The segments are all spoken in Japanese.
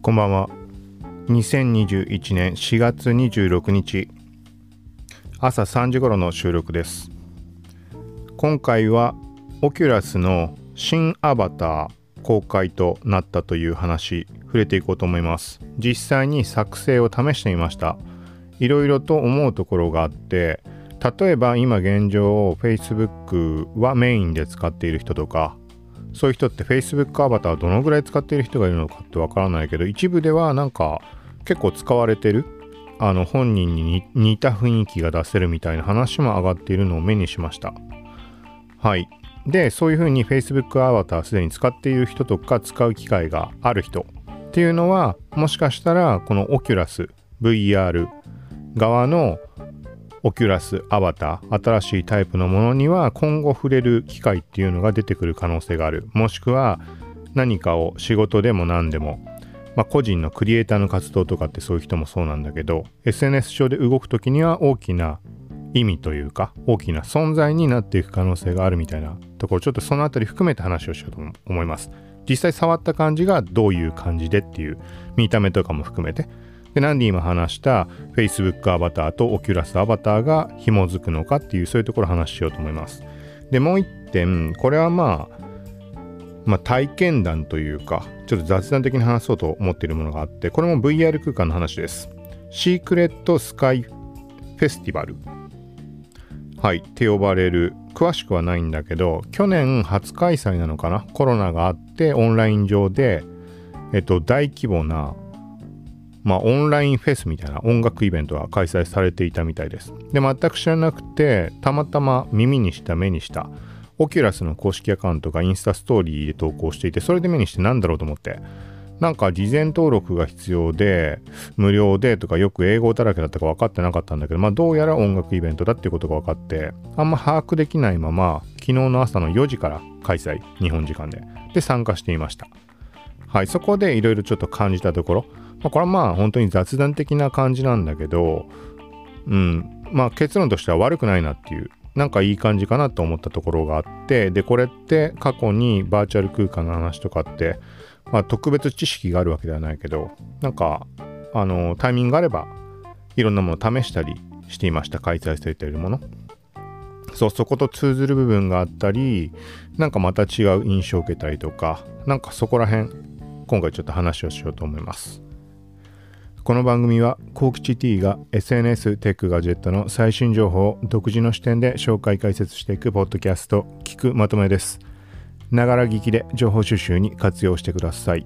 こんばんは。2021年4月26日朝3時頃の収録です。今回はオキュラスの新アバター公開となったという話触れていこうと思います。実際に作成を試してみました。いろいろと思うところがあって、例えば今現状 Facebook はメインで使っている人とか、そういう人って Facebook アバターどのぐらい使っている人がいるのかってわからないけど、一部ではなんか結構使われてる本人に似た雰囲気が出せるみたいな話も上がっているのを目にしました。はい。で、そういう風に Facebook アバターすでに使っている人とか使う機会がある人っていうのは、もしかしたらこの Oculus VR 側のオキュラスアバター、新しいタイプのものには今後触れる機会っていうのが出てくる可能性がある。もしくは何かを仕事でも何でも、個人のクリエイターの活動とかってそういう人もそうなんだけど、SNS 上で動くときには大きな意味というか大きな存在になっていく可能性があるみたいなところ、ちょっとそのあたり含めて話をしようと思います。実際触った感じがどういう感じでっていう見た目とかも含めて、で、何で今話した Facebook アバターと Oculus アバターが紐づくのかっていう、そういうところを話しようと思います。で、もう一点、これは体験談というか、ちょっと雑談的に話そうと思っているものがあって、これも VR 空間の話です。シークレットスカイフェスティバル。はい、って呼ばれる、詳しくはないんだけど、去年初開催なのかな、コロナがあってオンライン上で、大規模なオンラインフェスみたいな音楽イベントが開催されていたみたいです。で、全く知らなくて、たまたま耳にした目にしたオキュラスの公式アカウントがインスタストーリーで投稿していて、それで目にしてなんだろうと思って、なんか事前登録が必要で無料でとか、よく英語だらけだったか分かってなかったんだけど、どうやら音楽イベントだっていうことが分かって、あんま把握できないまま昨日の朝の4時から開催、日本時間で参加していました。はい、そこでいろいろちょっと感じたところ、これは本当に雑談的な感じなんだけど、結論としては悪くないなっていう、なんかいい感じかなと思ったところがあって、で、これって過去にバーチャル空間の話とかって、特別知識があるわけではないけど、なんかタイミングがあればいろんなものを試したりしていました。開催されているもの、そこと通ずる部分があったり、なんかまた違う印象を受けたりとか、なんかそこら辺今回ちょっと話をしようと思います。この番組は幸吉 T が SNS テックガジェットの最新情報を独自の視点で紹介解説していくポッドキャスト、聞くまとめです。ながら聞きで情報収集に活用してください。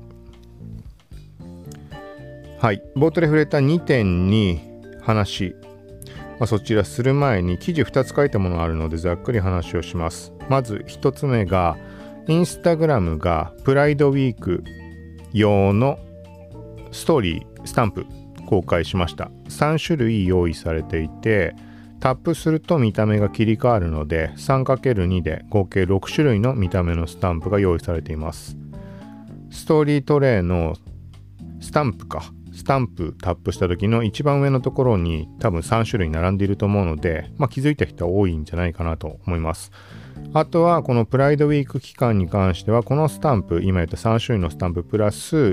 はい、冒頭で触れた2点に話、そちらする前に記事2つ書いたものがあるのでざっくり話をします。まず1つ目が、インスタグラムがプライドウィーク用のストーリースタンプ公開しました。3種類用意されていて、タップすると見た目が切り替わるので 3×2 で合計6種類の見た目のスタンプが用意されています。ストーリートレイのスタンプタップした時の一番上のところに多分3種類並んでいると思うので、気づいた人は多いんじゃないかなと思います。あとはこのプライドウィーク期間に関しては、このスタンプ、今言った3種類のスタンププラス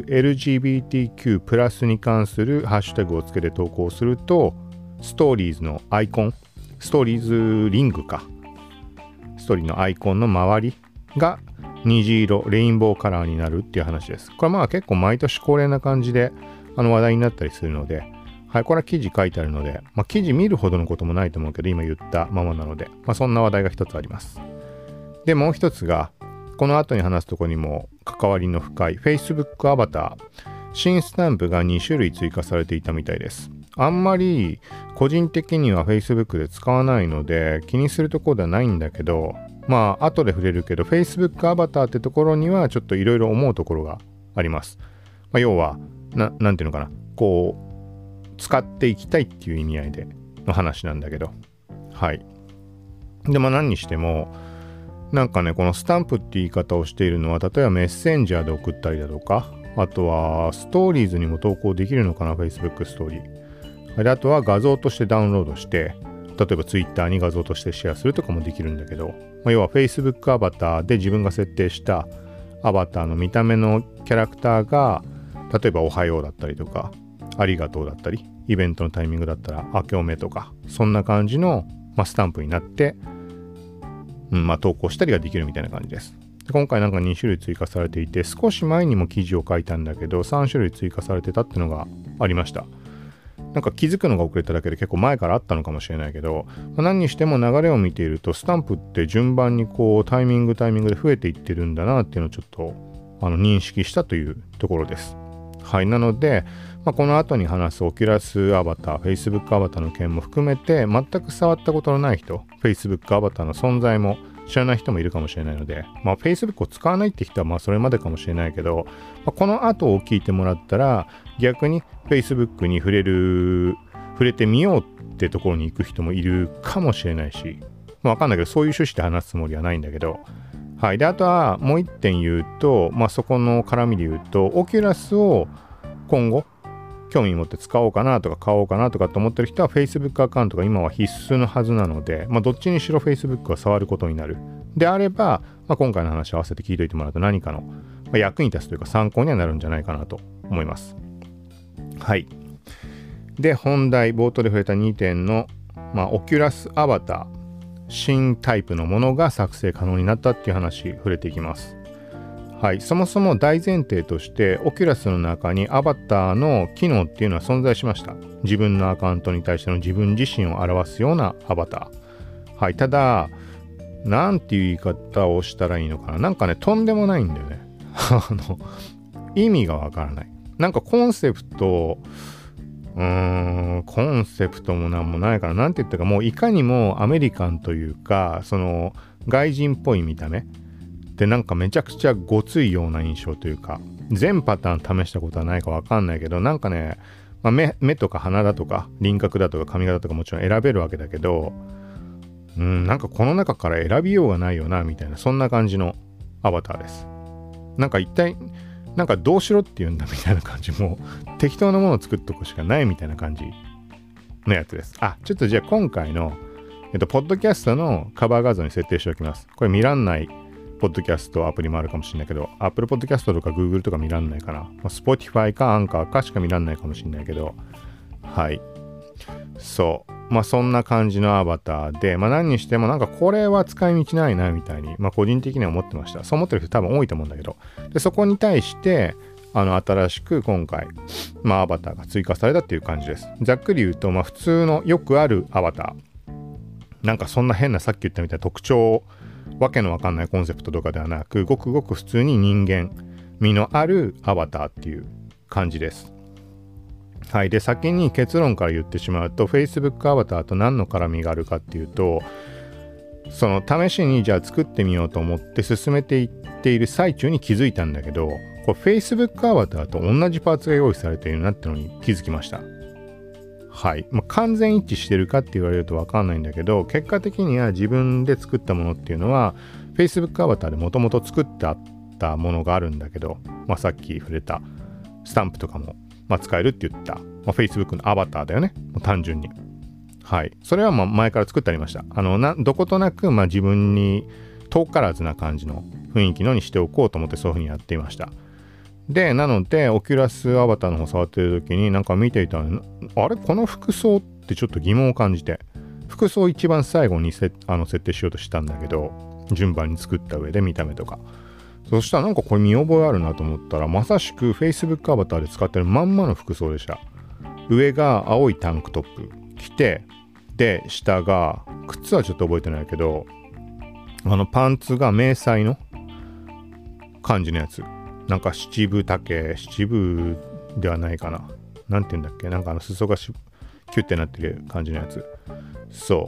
LGBTQ プラスに関するハッシュタグをつけて投稿すると、ストーリーズのアイコン、ストーリーズリングか、ストーリーのアイコンの周りが虹色、レインボーカラーになるっていう話です。これは結構毎年恒例な感じで話題になったりするので、はい、これは記事書いてあるので、記事見るほどのこともないと思うけど、今言ったままなので、そんな話題が一つあります。で、もう一つが、この後に話すところにも関わりの深い Facebook アバター、新スタンプが2種類追加されていたみたいです。あんまり個人的には Facebook で使わないので気にするところではないんだけど、後で触れるけど Facebook アバターってところにはちょっといろいろ思うところがあります。要はなんていうのかな、使っていきたいっていう意味合いでの話なんだけど、はい。で、何にしてもなんかね、このスタンプって言い方をしているのは、例えばメッセンジャーで送ったりだとか、あとはストーリーズにも投稿できるのかな、 Facebook ストーリーで、あとは画像としてダウンロードして、例えば Twitter に画像としてシェアするとかもできるんだけど、要は Facebook アバターで自分が設定したアバターの見た目のキャラクターが例えばおはようだったりとか、ありがとうだったり、イベントのタイミングだったら明けおめとか、そんな感じの、スタンプになって、投稿したりができるみたいな感じです。で今回なんか2種類追加されていて、少し前にも記事を書いたんだけど、3種類追加されてたっていうのがありました。なんか気づくのが遅れただけで結構前からあったのかもしれないけど、何にしても流れを見ていると、スタンプって順番にこうタイミングで増えていってるんだなっていうのをちょっと認識したというところです。はい、なので、この後に話すオキュラスアバター、Facebook アバターの件も含めて、全く触ったことのない人、Facebook アバターの存在も知らない人もいるかもしれないので、Facebook を使わないって人はそれまでかもしれないけど、この後を聞いてもらったら、逆に Facebook に触れてみようってところに行く人もいるかもしれないし、わかんないけど、そういう趣旨で話すつもりはないんだけど、はい。で、あとはもう一点言うと、そこの絡みで言うと、オキュラスを今後、興味持って使おうかなとか買おうかなとかって思ってる人は Facebook アカウントが今は必須のはずなので、どっちにしろ Facebook は触ることになる。であれば、今回の話を合わせて聞いておいてもらうと何かの、役に立つというか参考にはなるんじゃないかなと思います。はい。で、本題、冒頭で触れた2点の、オキュラスアバター、新タイプのものが作成可能になったっていう話、触れていきます。はい、そもそも大前提としてオキュラスの中にアバターの機能っていうのは存在しました。自分のアカウントに対しての自分自身を表すようなアバター。はい、ただなんていう言い方をしたらいいのかな、なんかねとんでもないんだよね意味がわからない。なんかコンセプトもなんもないから、なんて言ったか、もういかにもアメリカンというか、その外人っぽい見た目で、なんかめちゃくちゃごついような印象というか、全パターン試したことはないかわかんないけど、なんかね、目とか鼻だとか輪郭だとか髪型とかもちろん選べるわけだけど、なんかこの中から選びようがないよなみたいな、そんな感じのアバターです。なんか一体なんかどうしろって言うんだみたいな感じ、もう適当なものを作っとくしかないみたいな感じのやつです。ちょっとじゃあ今回のポッドキャストのカバー画像に設定しておきます。これ見らんないポッドキャストアプリもあるかもしれないけど、Apple Podcast とか Google とか見らんないかな。Spotify か Anchor かしか見らんないかもしれないけど、はい。そう。そんな感じのアバターで、何にしてもなんかこれは使い道ないなみたいに、個人的には思ってました。そう思ってる人多分多いと思うんだけど。で、そこに対して、新しく今回、アバターが追加されたっていう感じです。ざっくり言うと、普通のよくあるアバター。なんかそんな変なさっき言ったみたいな特徴、わけのわかんないコンセプトとかではなく、ごくごく普通に人間味のあるアバターっていう感じです。はい。で、先に結論から言ってしまうと、Facebook アバターと何の絡みがあるかっていうと、その試しにじゃあ作ってみようと思って進めていっている最中に気づいたんだけど、これ Facebook アバターと同じパーツが用意されているなってのに気づきました。はい。完全一致してるかって言われると分かんないんだけど、結果的には自分で作ったものっていうのは Facebook アバターでもともと作ってあったものがあるんだけど、さっき触れたスタンプとかも、使えるって言った、Facebook のアバターだよね。単純に。はい。それは前から作ってありました。どことなく自分に遠からずな感じの雰囲気のにしておこうと思ってそういう風にやっていました。で、なので、オキュラスアバターの方触ってる時になんか見ていたら、あれこの服装ってちょっと疑問を感じて、服装一番最後に設定しようとしたんだけど、順番に作った上で見た目とか。そしたらなんかこれ見覚えあるなと思ったら、まさしく Facebook アバターで使ってるまんまの服装でした。上が青いタンクトップ着て、で、下が、靴はちょっと覚えてないけど、パンツが迷彩の感じのやつ。なんか七分ではないかな。なんて言うんだっけ、なんか裾がキュッてなってる感じのやつ。そう。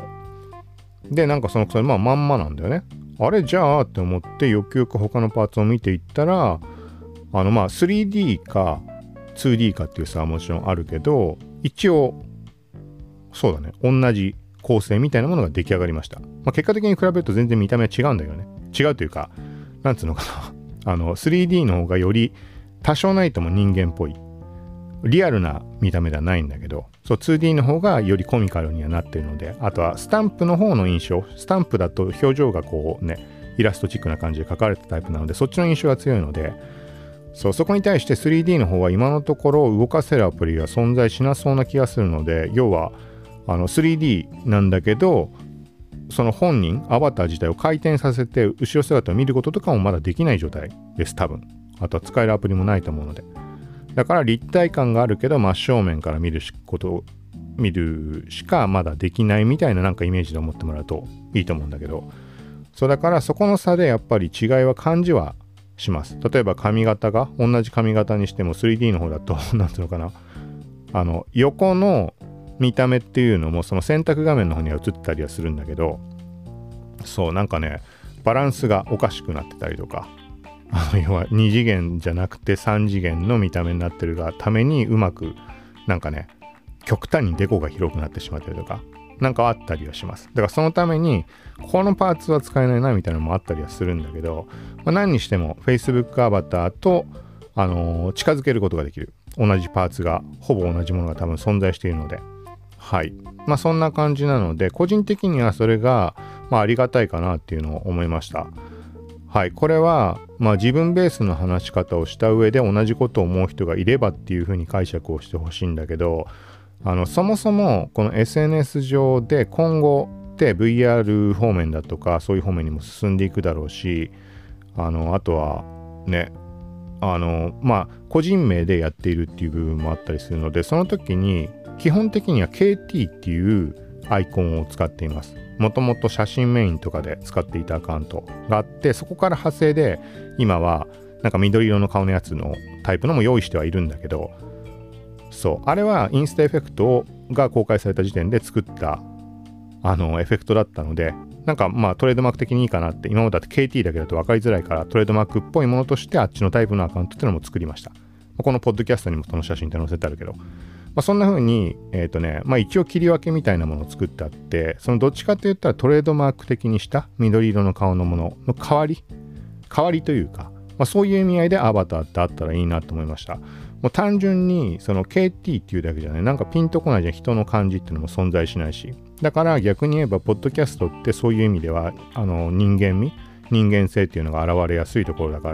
で、なんかそのまんまなんだよね。あれじゃあって思ってよくよく他のパーツを見ていったら、3D か 2D かっていう差はもちろんあるけど、一応そうだね、同じ構成みたいなものが出来上がりました。結果的に比べると全然見た目は違うんだけどね。違うというか、なんつうのかな3D の方がより多少ないとも人間っぽいリアルな見た目ではないんだけど、そう 2D の方がよりコミカルにはなってるので、あとはスタンプの方の印象、スタンプだと表情がこうね、イラストチックな感じで描かれたタイプなので、そっちの印象が強いので、 そこに対して 3D の方は今のところ動かせるアプリが存在しなそうな気がするので、要は3D なんだけど、その本人アバター自体を回転させて後ろ姿を見ることとかもまだできない状態です多分。あとは使えるアプリもないと思うので、だから立体感があるけど真正面から見るしかまだできないみたいななんかイメージで思ってもらうといいと思うんだけど、そうだからそこの差でやっぱり違いは感じはします。例えば髪型が同じ髪型にしても 3D の方だとなんていうのかな、横の見た目っていうのもその選択画面の方には映ったりはするんだけど、そうなんかねバランスがおかしくなってたりとか、要は2次元じゃなくて3次元の見た目になってるがためにうまくなんかね極端にデコが広くなってしまったりとかなんかあったりはします。だからそのためにこのパーツは使えないなみたいなのもあったりはするんだけど、何にしても Facebook アバターと、近づけることができる。同じパーツがほぼ同じものが多分存在しているので、はい、そんな感じなので個人的にはそれが、ありがたいかなっていうのを思いました。はい、これは、自分ベースの話し方をした上で同じことを思う人がいればっていう風に解釈をしてほしいんだけど、そもそもこの SNS 上で今後って VR 方面だとかそういう方面にも進んでいくだろうし、あとはね個人名でやっているっていう部分もあったりするので、その時に基本的には KT っていうアイコンを使っています。もともと写真メインとかで使っていたアカウントがあって、そこから派生で今はなんか緑色の顔のやつのタイプのも用意してはいるんだけど、そうあれはインスタエフェクトが公開された時点で作ったエフェクトだったので、なんかトレードマーク的にいいかなって、今までだって KT だけだと分かりづらいからトレードマークっぽいものとしてあっちのタイプのアカウントっていうのも作りました。このポッドキャストにもその写真って載せてあるけど、そんな風に一応切り分けみたいなものを作ってあって、そのどっちかって言ったらトレードマーク的にした緑色の顔のものの代わりというか、そういう意味合いでアバターってあったらいいなと思いました。もう単純にその KT っていうだけじゃない、なんかピンとこないじゃん、人の感じっていうのも存在しないし、だから逆に言えばポッドキャストってそういう意味では人間性っていうのが現れやすいところだから、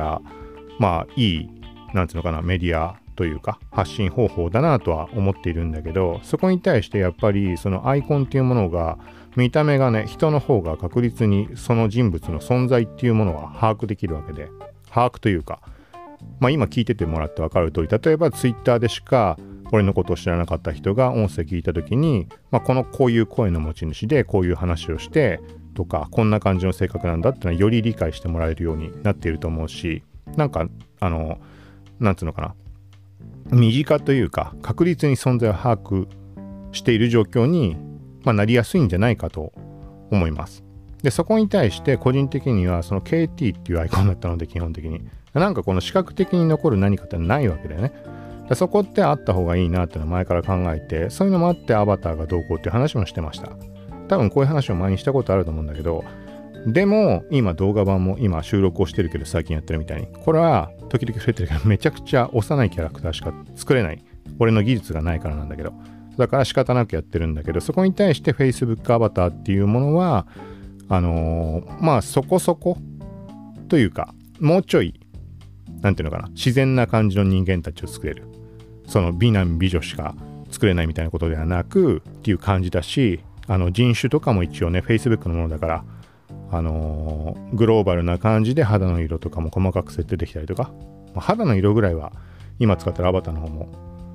いいなんていうのかな、メディアというか発信方法だなとは思っているんだけど、そこに対してやっぱりそのアイコンっていうものが見た目がね、人の方が確実にその人物の存在っていうものは把握できるわけで、把握というか今聞いててもらって分かる通り、例えばツイッターでしか俺のことを知らなかった人が音声聞いた時に、こういう声の持ち主でこういう話をしてとか、こんな感じの性格なんだってのはより理解してもらえるようになっていると思うし、なんかなんつうのかな、身近というか確実に存在を把握している状況に、なりやすいんじゃないかと思います。でそこに対して個人的にはその KT っていうアイコンだったので、基本的になんかこの視覚的に残る何かってないわけだよね。でそこってあった方がいいなってのは前から考えて、そういうのもあってアバターがどうこうっていう話もしてました。多分こういう話を前にしたことあると思うんだけど、でも今動画版も今収録をしてるけど最近やってるみたいに、これは時々触れてるけどめちゃくちゃ幼いキャラクターしか作れない、俺の技術がないからなんだけど、だから仕方なくやってるんだけど、そこに対して Facebook アバターっていうものはそこそこというか、もうちょいなんていうのかな、自然な感じの人間たちを作れる、その美男美女しか作れないみたいなことではなくっていう感じだし、人種とかも一応ね Facebook のものだからグローバルな感じで肌の色とかも細かく設定できたりとか、肌の色ぐらいは今使ってるアバターの方も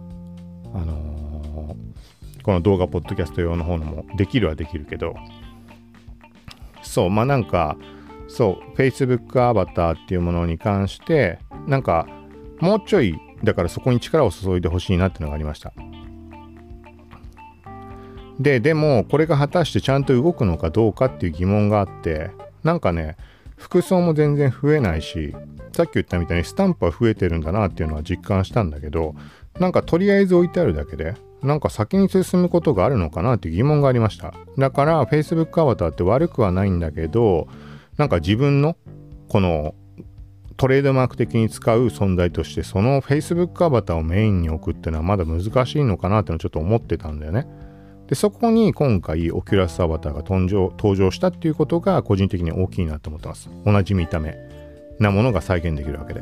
この動画ポッドキャスト用の方のもできるはできるけど、そうなんかそう Facebook アバターっていうものに関してなんかもうちょいだからそこに力を注いでほしいなっていうのがありました。でもこれが果たしてちゃんと動くのかどうかっていう疑問があって、なんかね服装も全然増えないし、さっき言ったみたいにスタンプは増えてるんだなっていうのは実感したんだけど、なんかとりあえず置いてあるだけでなんか先に進むことがあるのかなっていう疑問がありました。だから Facebook アバターって悪くはないんだけど、なんか自分のこのトレードマーク的に使う存在としてその Facebook アバターをメインに置くっていうのはまだ難しいのかなってのをちょっと思ってたんだよね。でそこに今回オキュラスアバターが登場したっていうことが個人的に大きいなと思ってます。同じ見た目なものが再現できるわけで。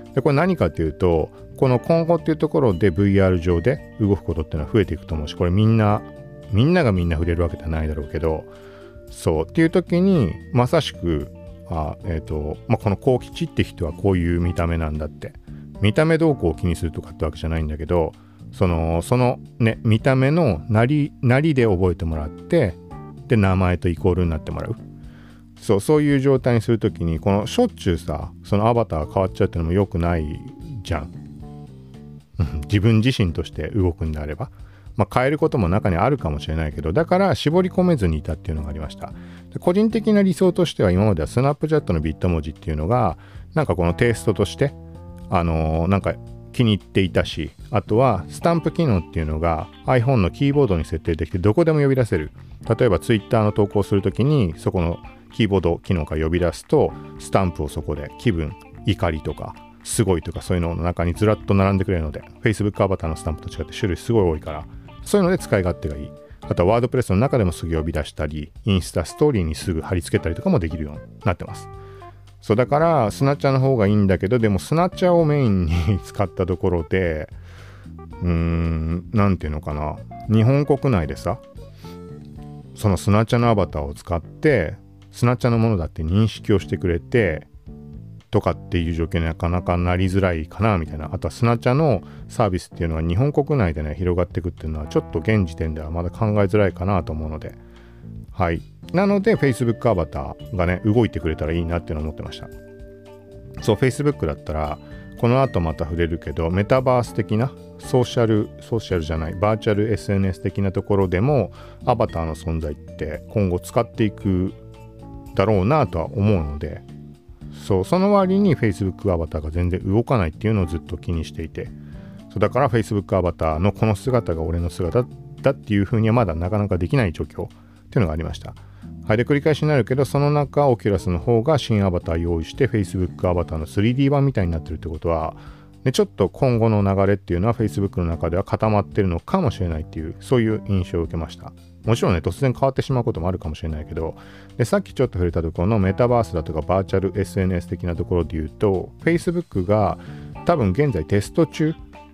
でこれ何かっていうと、この今後っていうところで VR 上で動くことっていうのは増えていくと思うし、これみんながみんな触れるわけではないだろうけど、そうっていう時にまさしくこの幸吉って人はこういう見た目なんだって、見た目どうこう気にするとかってわけじゃないんだけど、そのね見た目のなりで覚えてもらって、で名前とイコールになってもらう。そういう状態にするときに、このしょっちゅうさ、そのアバターが変わっちゃうっていうのも良くないじゃん。自分自身として動くんであれば、変えることも中にあるかもしれないけど、だから絞り込めずにいたっていうのがありました。で個人的な理想としては、今まではスナップチャットのビット文字っていうのがなんかこのテイストとしてなんか気に入っていたし、あとはスタンプ機能っていうのが iPhone のキーボードに設定できて、どこでも呼び出せる。例えば Twitter の投稿するときに、そこのキーボード機能から呼び出すと、スタンプをそこで気分、怒りとかすごいとかそういうのの中にずらっと並んでくれるので、 Facebook アバターのスタンプと違って種類すごい多いから、そういうので使い勝手がいい。あとはワードプレスの中でもすぐ呼び出したり、インスタストーリーにすぐ貼り付けたりとかもできるようになってます。そうだからスナチャの方がいいんだけど、でもスナチャをメインに使ったところで、なんていうのかな、日本国内でさ、そのスナチャのアバターを使ってスナチャのものだって認識をしてくれてとかっていう状況になかなかなりづらいかなみたいな。あとはスナチャのサービスっていうのは日本国内でね広がっていくっていうのはちょっと現時点ではまだ考えづらいかなと思うので、はい、なので Facebook アバターがね動いてくれたらいいなっていうのを思ってました。そう Facebook だったらこの後また触れるけど、メタバース的なソーシャルじゃないバーチャル SNS 的なところでもアバターの存在って今後使っていくだろうなとは思うので、その割に Facebook アバターが全然動かないっていうのをずっと気にしていて、そうだから Facebook アバターのこの姿が俺の姿だっていう風にはまだなかなかできない状況っていうのがありました。はい、で繰り返しになるけど、その中オキュラスの方が新アバター用意して Facebook アバターの 3D 版みたいになってるってことは、ね、ちょっと今後の流れっていうのは Facebook の中では固まってるのかもしれないっていう、そういう印象を受けました。もちろんね突然変わってしまうこともあるかもしれないけど、でさっきちょっと触れたところのメタバースだとかバーチャル SNS 的なところで言うと、 Facebook が多分現在テスト中、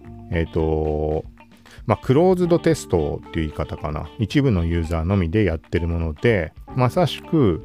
クローズドテストっていう言い方かな、一部のユーザーのみでやってるもので、まさしく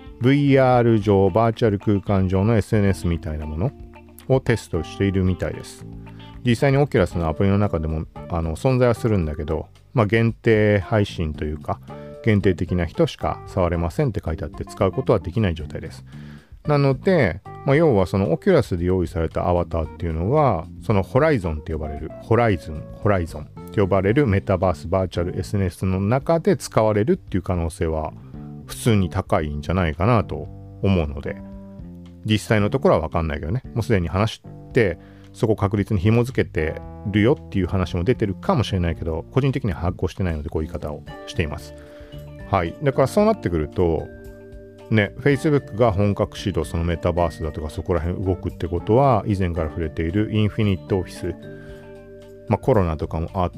VR 上バーチャル空間上の SNS みたいなものをテストしているみたいです。実際にオキュラスのアプリの中でも存在はするんだけど、限定配信というか限定的な人しか触れませんって書いてあって使うことはできない状態です。なので、要はそのオキュラスで用意されたアバターっていうのは、そのホライゾンって呼ばれるホライゾンって呼ばれるメタバースバーチャル SNS の中で使われるっていう可能性は普通に高いんじゃないかなと思うので、実際のところは分かんないけどね、もうすでに話してそこ確実に紐付けてるよっていう話も出てるかもしれないけど、個人的には把握をしてないのでこういう言い方をしています。はい、だからそうなってくるとね、Facebook が本格始動、そのメタバースだとかそこら辺動くってことは、以前から触れているインフィニットオフィス、コロナとかもあって、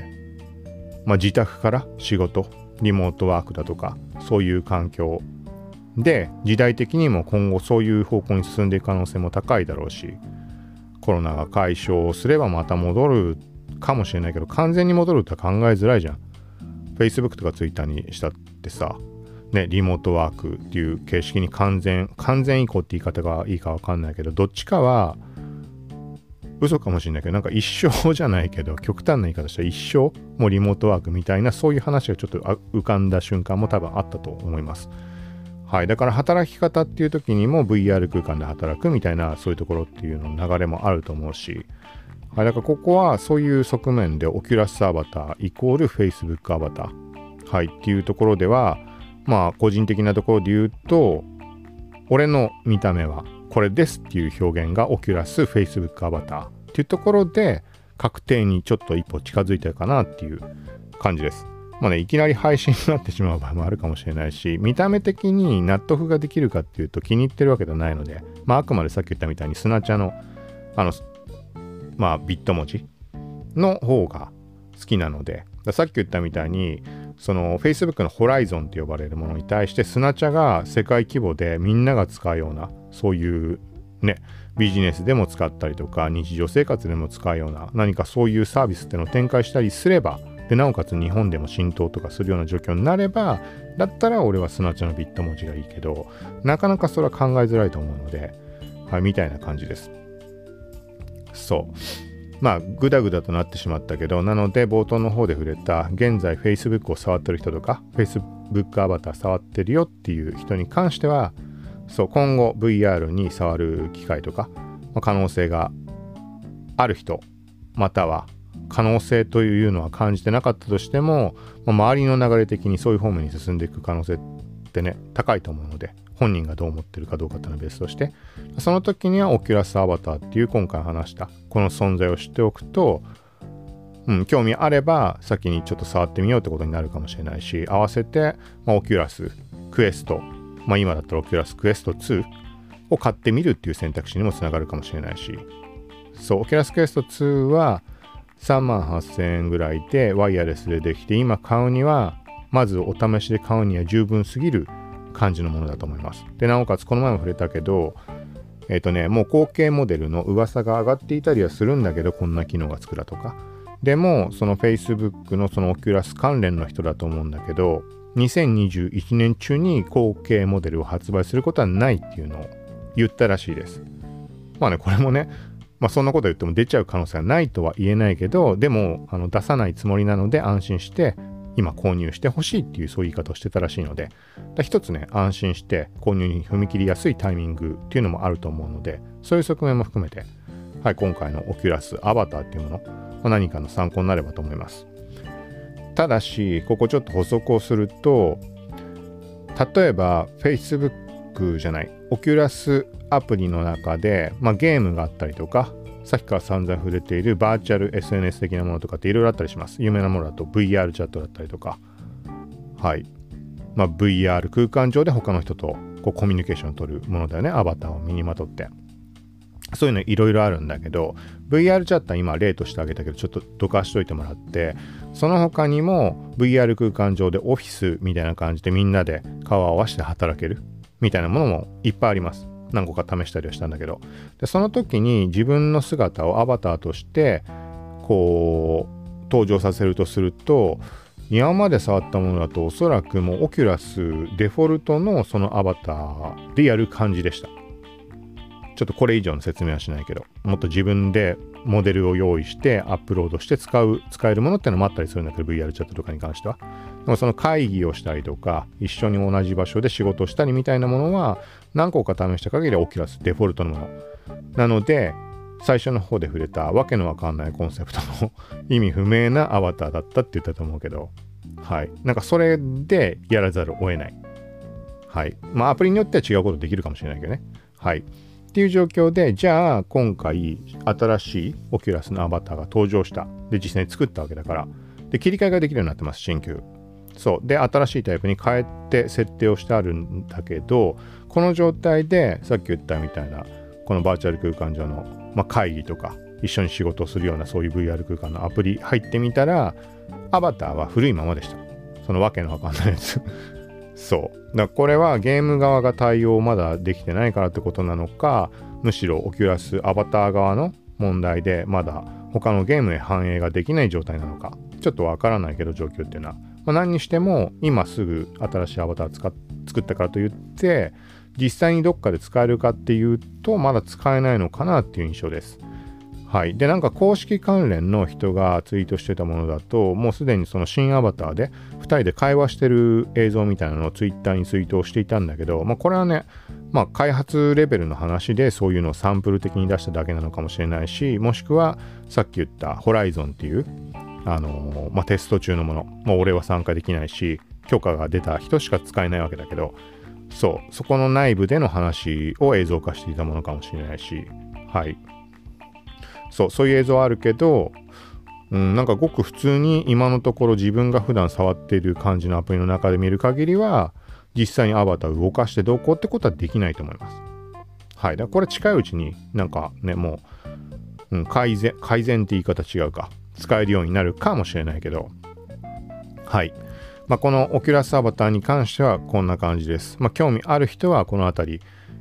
自宅から仕事、リモートワークだとかそういう環境で時代的にも今後そういう方向に進んでいく可能性も高いだろうし、コロナが解消すればまた戻るかもしれないけど、完全に戻るとは考えづらいじゃん。 Facebook とか Twitter にしたってさね、リモートワークっていう形式に完全移行って言い方がいいか分かんないけど、どっちかは嘘かもしれないけど、なんか一生じゃないけど極端な言い方したら一生もうリモートワークみたいな、そういう話がちょっと浮かんだ瞬間も多分あったと思います。はい、だから働き方っていう時にも VR 空間で働くみたいな、そういうところっていうの流れもあると思うし、はい、だからここはそういう側面でオキュラスアバターイコール Facebook アバター、はい、っていうところでは、個人的なところで言うと、俺の見た目はこれですっていう表現がオキュラス Facebook アバターっていうところで確定にちょっと一歩近づいてるかなっていう感じです。いきなり配信になってしまう場合もあるかもしれないし、見た目的に納得ができるかっていうと気に入ってるわけではないので、あくまでさっき言ったみたいにスナチャのビット文字の方が好きなので、さっき言ったみたいにその Facebook のホライゾンって呼ばれるものに対してスナチャが世界規模でみんなが使うような、そういうね、ビジネスでも使ったりとか日常生活でも使うような何かそういうサービスっていうのを展開したりすれば、でなおかつ日本でも浸透とかするような状況になれば、だったら俺はスナチャのビット文字がいいけど、なかなかそれは考えづらいと思うので、はい、みたいな感じです。そうまあグダグダとなってしまったけど、なので冒頭の方で触れた現在 Facebook を触ってる人とか Facebook アバター触ってるよっていう人に関しては、そう今後 VR に触る機会とか、可能性がある人、または可能性というのは感じてなかったとしても、周りの流れ的にそういう方面に進んでいく可能性ってね高いと思うので、本人がどう思ってるかどうかっていうのは別として、その時にはオキュラスアバターっていう今回話したこの存在を知っておくと、興味あれば先にちょっと触ってみようってことになるかもしれないし、合わせて、オキュラスクエスト、今だったらオキュラスクエスト2を買ってみるっていう選択肢にもつながるかもしれないし、そうオキュラスクエスト2は38,000円ぐらいでワイヤレスでできて、今買うにはまずお試しで買うには十分すぎる感じのものだと思います。でなおかつこの前も触れたけど、もう後継モデルの噂が上がっていたりはするんだけど、こんな機能がつくだとかでも、その Facebook のそのオキュラス関連の人だと思うんだけど、2021年中に後継モデルを発売することはないっていうのを言ったらしいです。これもね、そんなこと言っても出ちゃう可能性はないとは言えないけど、でも出さないつもりなので安心して今購入してほしいっていう、そういう言い方をしてたらしいので、一つね安心して購入に踏み切りやすいタイミングっていうのもあると思うので、そういう側面も含めて、はい、今回のオキュラスアバターっていうもの、何かの参考になればと思います。ただしここちょっと補足をすると、例えば Facebook じゃないオキュラスアプリの中で、ゲームがあったりとか、さっきから散々触れているバーチャル SNS 的なものとかっていろいろあったりします。有名なものだと VR チャットだったりとか、はい、VR 空間上で他の人とコミュニケーションを取るものだよね。アバターを身にまとって、そういうのいろいろあるんだけど、 VR チャットは今例としてあげたけど、ちょっとどかしといてもらって、その他にも VR 空間上でオフィスみたいな感じでみんなで顔を合わせて働けるみたいなものもいっぱいあります。何個か試したりはしたんだけど、でその時に自分の姿をアバターとしてこう登場させるとすると、今まで触ったものだとおそらくもうオキュラスデフォルトのそのアバターでやる感じでした。ちょっとこれ以上の説明はしないけど、もっと自分でモデルを用意してアップロードして使えるものってのもあったりするんだけど、 VR チャットとかに関しては。でもその会議をしたりとか一緒に同じ場所で仕事をしたりみたいなものは何個か試した限りオキュラスデフォルトのものなので、最初の方で触れたわけのわかんないコンセプトの意味不明なアバターだったって言ったと思うけど、はい、なんかそれでやらざるを得ない。はい、アプリによっては違うことできるかもしれないけどね。はいっていう状況で、じゃあ今回新しいオキュラスのアバターが登場した。で実際に作ったわけだから、で切り替えができるようになってます、新旧。そうで新しいタイプに変えて設定をしてあるんだけど、この状態でさっき言ったみたいなこのバーチャル空間上の、会議とか一緒に仕事をするようなそういう VR 空間のアプリ入ってみたら、アバターは古いままでした。そのわけのわかんないやつそうだからこれはゲーム側が対応まだできてないからってことなのか、むしろオキュラスアバター側の問題でまだ他のゲームへ反映ができない状態なのか、ちょっとわからないけど状況っていうのは、何にしても今すぐ新しいアバター作ったからといって実際にどっかで使えるかっていうとまだ使えないのかなっていう印象です。はい。で、なんか公式関連の人がツイートしてたものだと、もうすでにその新アバターで2人で会話してる映像みたいなのをツイッターにツイートをしていたんだけど、これはね、開発レベルの話でそういうのをサンプル的に出しただけなのかもしれないし、もしくはさっき言ったホライゾンっていうテスト中のもの、もう俺は参加できないし許可が出た人しか使えないわけだけど、そこの内部での話を映像化していたものかもしれないし、はい、そういう映像あるけど、なんかごく普通に今のところ自分が普段触っている感じのアプリの中で見る限りは実際にアバターを動かしてどうこうってことはできないと思います。はい、だからこれ近いうちになんかね、もう、改善って言い方違うか、使えるようになるかもしれないけど、はい、このオキュラスアバターに関してはこんな感じです。興味ある人はこのあたり、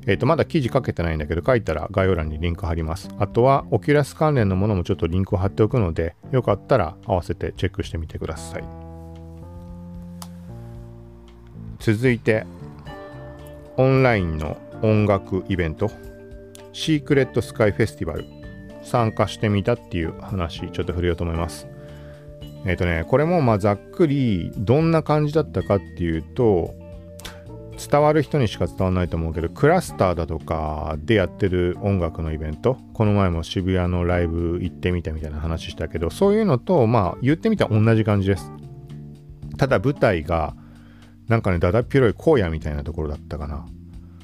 まだ記事書けてないんだけど、書いたら概要欄にリンク貼ります。あとはオキュラス関連のものもちょっとリンクを貼っておくので、よかったら合わせてチェックしてみてください。続いてオンラインの音楽イベントシークレットスカイフェスティバル参加してみたっていう話ちょっと触れようと思います。これもざっくりどんな感じだったかっていうと、伝わる人にしか伝わらないと思うけど、クラスターだとかでやってる音楽のイベント、この前も渋谷のライブ行ってみたみたいな話したけど、そういうのと言ってみたら同じ感じです。ただ舞台がなんかね、だだっ広い荒野みたいなところだったかな。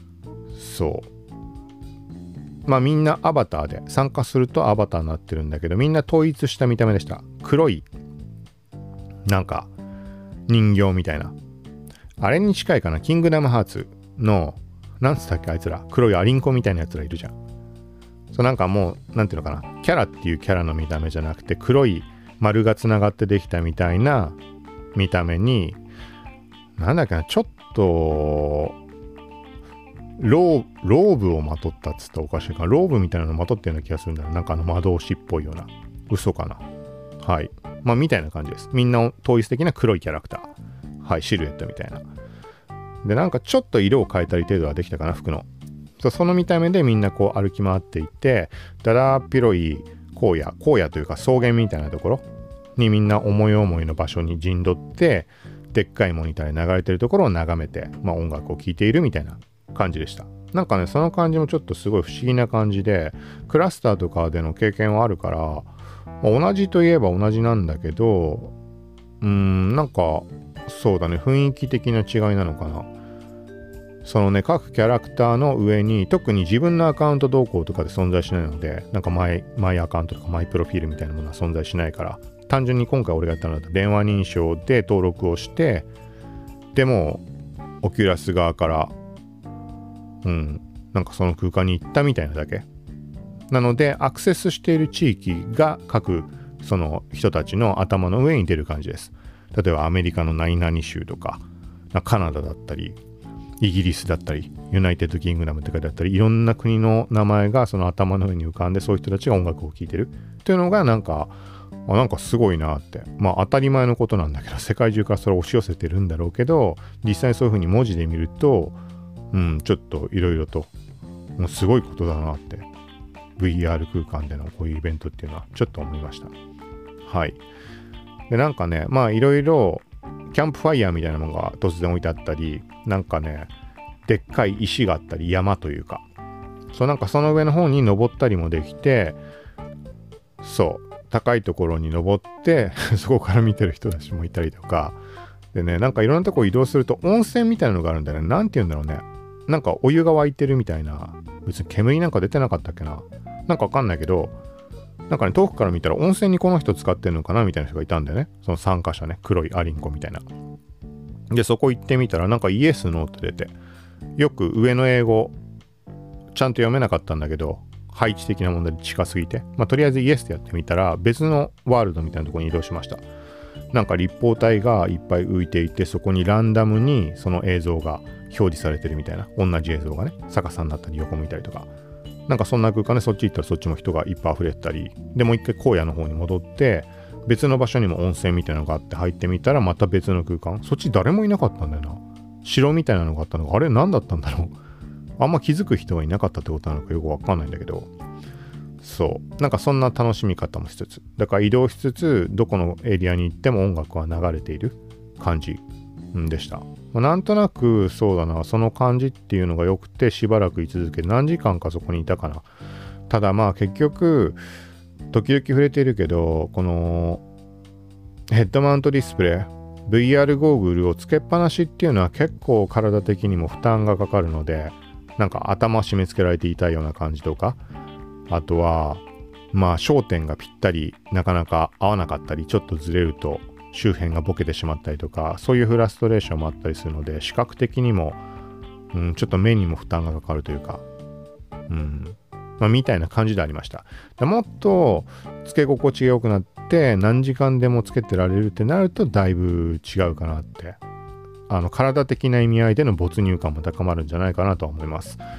そうみんなアバターで参加するとアバターになってるんだけど、みんな統一した見た目でした。黒いなんか人形みたいな、あれに近いかな。キングダムハーツのなんつったっけ、あいつら黒いアリンコみたいなやつらいるじゃん。そうなんかもうなんていうのかな、キャラっていうキャラの見た目じゃなくて、黒い丸がつながってできたみたいな見た目に、なんだっけな、ちょっとローブをまとったっつったらおかしいかな。ローブみたいなのまとってるような気がするんだよ。なんか魔導士っぽいような。嘘かな。はい。みたいな感じです。みんな統一的な黒いキャラクター。はい、シルエットみたいな。で、なんかちょっと色を変えたり程度はできたかな、服の。その見た目でみんなこう歩き回っていて、だだっ広い荒野というか草原みたいなところにみんな思い思いの場所に陣取って、でっかいモニターで流れてるところを眺めて、音楽を聴いているみたいな感じでした。なんかね、その感じもちょっとすごい不思議な感じで、クラスターとかでの経験はあるから、同じといえば同じなんだけど、なんかそうだね、雰囲気的な違いなのかな。そのね、各キャラクターの上に特に自分のアカウント動向とかで存在しないので、なんかマイアカウントとかマイプロフィールみたいなものは存在しないから、単純に今回俺がやったのだと電話認証で登録をして、でもオキュラス側からなんかその空間に行ったみたいなだけなので、アクセスしている地域が各その人たちの頭の上に出る感じです。例えばアメリカの何々州とかカナダだったりイギリスだったりユナイテッドキングダムとかだったり、いろんな国の名前がその頭の上に浮かんで、そういう人たちが音楽を聴いてるっていうのがなんかすごいなって。当たり前のことなんだけど、世界中からそれを押し寄せてるんだろうけど、実際そういう風に文字で見るとちょっといろいろともうすごいことだなって、 VR 空間でのこういうイベントっていうのはちょっと思いました。はい。でなんかね、いろいろキャンプファイヤーみたいなものが突然置いてあったり、なんかね、でっかい石があったり、山というか、なんかその上の方に登ったりもできて、高いところに登ってそこから見てる人たちもいたりとかでね、なんかいろんなとこ移動すると温泉みたいなのがあるんだよね。なんて言うんだろうね、なんかお湯が沸いてるみたいな、別に煙なんか出てなかったっけな、なんかわかんないけど、なんかね、遠くから見たら温泉にこの人使ってんのかなみたいな人がいたんだよね。その参加者ね、黒いアリンコみたいな。でそこ行ってみたらなんかイエスノーって出て、よく上の英語ちゃんと読めなかったんだけど、配置的な問題で近すぎて、とりあえずイエスってやってみたら別のワールドみたいなところに移動しました。なんか立方体がいっぱい浮いていて、そこにランダムにその映像が表示されてるみたいな、同じ映像がね、逆さになったり横向いたりとか、なんかそんな空間で、そっち行ったらそっちも人がいっぱい溢れてたり、でもう一回荒野の方に戻って別の場所にも温泉みたいなのがあって、入ってみたらまた別の空間、そっち誰もいなかったんだよな。城みたいなのがあったのが、あれ何だったんだろう、あんま気づく人はいなかったってことなのかよくわかんないんだけど、なんかそんな楽しみ方もしつつ、だから移動しつつどこのエリアに行っても音楽は流れている感じでした。なんとなくそうだな、その感じっていうのが良くて、しばらく居続けて何時間かそこにいたかな。ただ結局時々触れているけど、このヘッドマウントディスプレイ VR ゴーグルをつけっぱなしっていうのは結構体的にも負担がかかるので、なんか頭締め付けられていたような感じとか、あとは焦点がぴったりなかなか合わなかったり、ちょっとずれると周辺がボケてしまったりとか、そういうフラストレーションもあったりするので、視覚的にも、ちょっと目にも負担がかかるというか、みたいな感じでありました。もっとつけ心地が良くなって何時間でもつけてられるってなるとだいぶ違うかなって、体的な意味合いでの没入感も高まるんじゃないかなとは思います。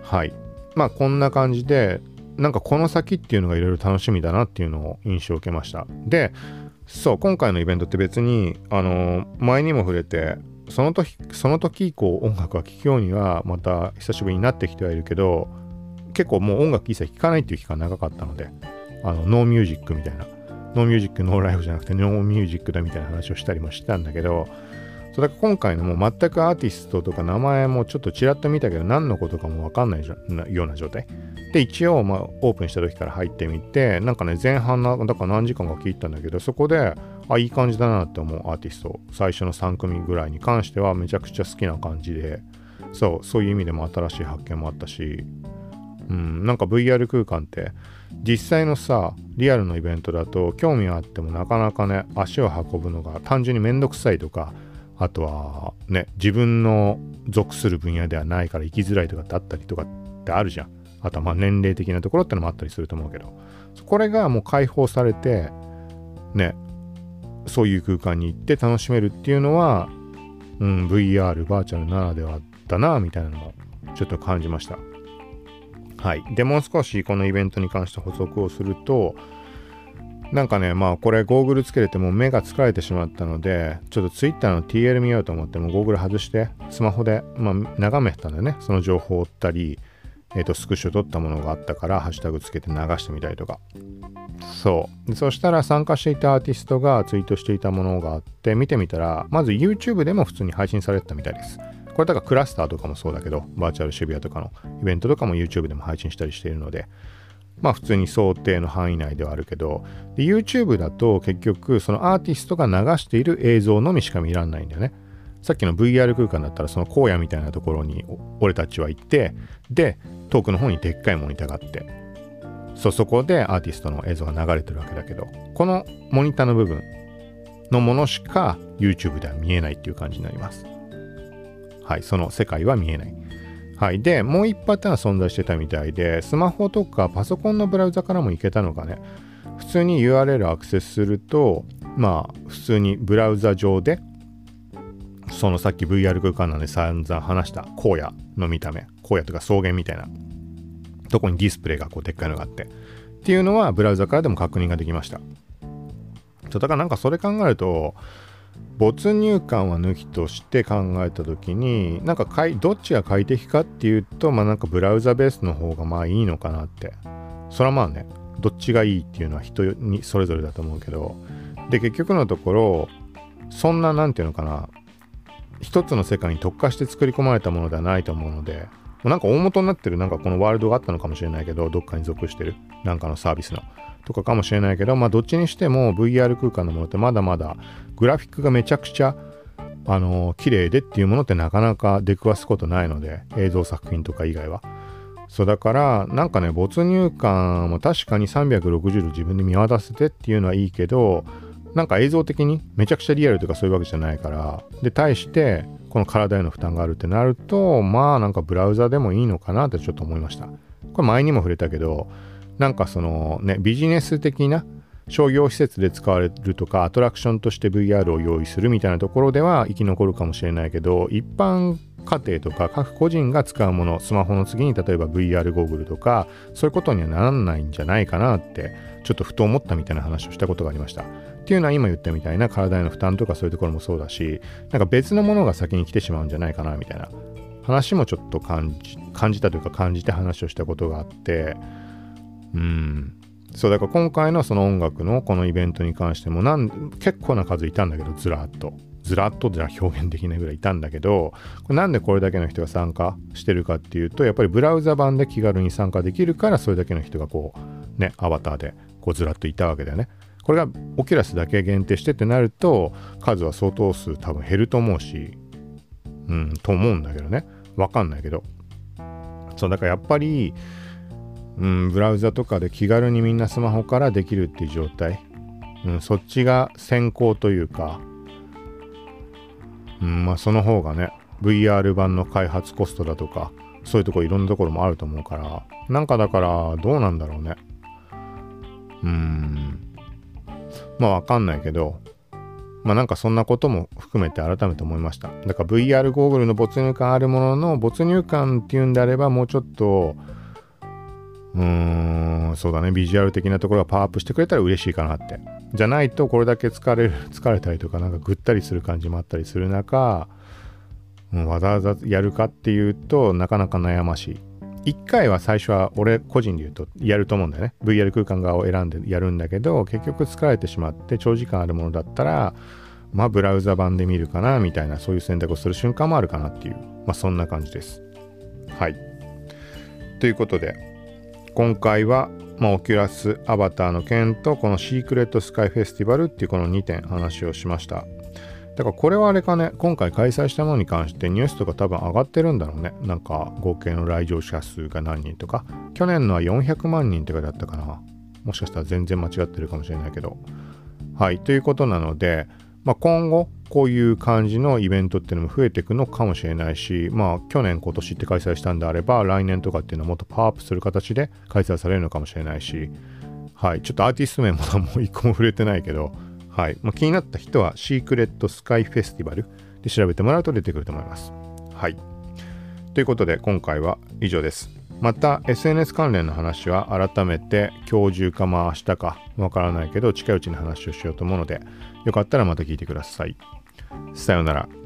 はい。まあこんな感じで、なんかこの先っていうのがいろいろ楽しみだなっていうのを印象を受けました。で、そう、今回のイベントって別に、前にも触れて、その時以降音楽が聴くようにはまた久しぶりになってきてはいるけど、結構もう音楽一切聴かないっていう期間長かったので、ノーミュージックみたいな、ノーミュージックノーライフじゃなくてノーミュージックだみたいな話をしたりもしてたんだけど、そうだから今回のもう全くアーティストとか名前もちょっとちらっと見たけど何のことかも分かんないような状態で、一応まあオープンした時から入ってみて、なんかね前半だから何時間か聞いたんだけど、そこでいい感じだなって思うアーティスト最初の3組ぐらいに関してはめちゃくちゃ好きな感じで、そういう意味でも新しい発見もあったし、なんか VR 空間って実際のさリアルのイベントだと興味はあってもなかなかね足を運ぶのが単純にめんどくさいとか、あとはね自分の属する分野ではないから行きづらいとかってあったりとかってあるじゃん。あとはまあ年齢的なところってのもあったりすると思うけど、これがもう解放されてね、そういう空間に行って楽しめるっていうのは、VR バーチャルならではだなみたいなのもちょっと感じました。はい。でもう少しこのイベントに関して補足をすると、なんかね、まあこれゴーグルつけれてもう目が疲れてしまったので、ちょっと Twitter の TL 見ようと思ってもゴーグル外してスマホで、眺めてたんだよね。その情報を追ったり、スクショ撮ったものがあったからハッシュタグつけて流してみたりとか。そしたら参加していたアーティストがツイートしていたものがあって見てみたら、まず YouTube でも普通に配信されてたみたいです。これだからクラスターとかもそうだけど、バーチャル渋谷とかのイベントとかも YouTube でも配信したりしているので、まあ普通に想定の範囲内ではあるけど、で YouTube だと結局そのアーティストが流している映像のみしか見らんないんだよね。さっきの VR 空間だったらその荒野みたいなところに俺たちは行って、で遠くの方にでっかいモニターがあって、そこでアーティストの映像が流れてるわけだけど、このモニターの部分のものしか YouTube では見えないっていう感じになります。はい、その世界は見えない。はい。で、もう一パターン存在してたみたいで、スマホとかパソコンのブラウザからもいけたのかね。普通に URL アクセスすると、まあ、普通にブラウザ上で、そのさっき VR 空間なんで散々話した荒野の見た目、荒野とか草原みたいなとこにディスプレイがこうでっかいのがあって、っていうのはブラウザからでも確認ができました。だからなんかそれ考えると、没入感は抜きとして考えた時になんかどっちが快適かっていうと、なんかブラウザベースの方がまあいいのかなって。それはまあね、どっちがいいっていうのは人にそれぞれだと思うけど、で結局のところそんななんていうのかな、一つの世界に特化して作り込まれたものではないと思うので、なんか大元になってるなんかこのワールドがあったのかもしれないけど、どっかに属してるなんかのサービスのとかかもしれないけど、どっちにしても VR 空間のものってまだまだグラフィックがめちゃくちゃ綺麗でっていうものってなかなか出くわすことないので、映像作品とか以外は。そうだからなんかね、没入感も確かに360度自分で見渡せてっていうのはいいけど、なんか映像的にめちゃくちゃリアルとかそういうわけじゃないから、で対してこの体への負担があるってなると、なんかブラウザでもいいのかなってちょっと思いました。これ前にも触れたけど、なんかそのね、ビジネス的な商業施設で使われるとかアトラクションとして VR を用意するみたいなところでは生き残るかもしれないけど、一般家庭とか各個人が使うもの、スマホの次に例えば VR ゴーグルとかそういうことにはならないんじゃないかなってちょっとふと思ったみたいな話をしたことがありました。っていうのは今言ったみたいな体への負担とかそういうところもそうだし、なんか別のものが先に来てしまうんじゃないかなみたいな話もちょっと感じたというか感じて話をしたことがあって、そうだから今回のその音楽のこのイベントに関しても結構な数いたんだけど、ずらっとでは表現できないぐらいいたんだけど、これなんでこれだけの人が参加してるかっていうと、やっぱりブラウザ版で気軽に参加できるから、それだけの人がこうね、アバターでこうずらっといたわけだよね。これがオキュラスだけ限定してってなると数は相当数多分減ると思うし、と思うんだけどね、わかんないけど、そうだからやっぱりブラウザとかで気軽にみんなスマホからできるっていう状態、そっちが先行というか、その方がね VR 版の開発コストだとかそういうところいろんなところもあると思うから、なんかだからどうなんだろうね。わかんないけど、 なんかそんなことも含めて改めて思いました。だから VR ゴーグルの没入感あるものの、没入感っていうんであればもうちょっとそうだね、ビジュアル的なところがパワーアップしてくれたら嬉しいかなって。じゃないとこれだけ疲れたりとかなんかぐったりする感じもあったりする中、わざわざやるかっていうとなかなか悩ましい。一回は最初は俺個人で言うとやると思うんだよね。 VR 空間側を選んでやるんだけど、結局疲れてしまって長時間あるものだったらブラウザ版で見るかなみたいな、そういう選択をする瞬間もあるかなっていう、そんな感じです。はい、ということで今回は、オキュラスアバターの件とこのシークレットスカイフェスティバルっていうこの2点話をしました。だからこれはあれかね、今回開催したものに関してニュースとか多分上がってるんだろうね。なんか合計の来場者数が何人とか、去年のは400万人とかだったかな。もしかしたら全然間違ってるかもしれないけど。はい、ということなので、今後こういう感じのイベントっていうのも増えていくのかもしれないし、去年今年って開催したんであれば来年とかっていうのはもっとパワーアップする形で開催されるのかもしれないし、はい、ちょっとアーティスト名もう一個も触れてないけど、はい、気になった人はシークレットスカイフェスティバルで調べてもらうと出てくると思います。はい、ということで今回は以上です。また SNS 関連の話は改めて今日中か明日かわからないけど近いうちに話をしようと思うので、よかったらまた聞いてください。さようなら。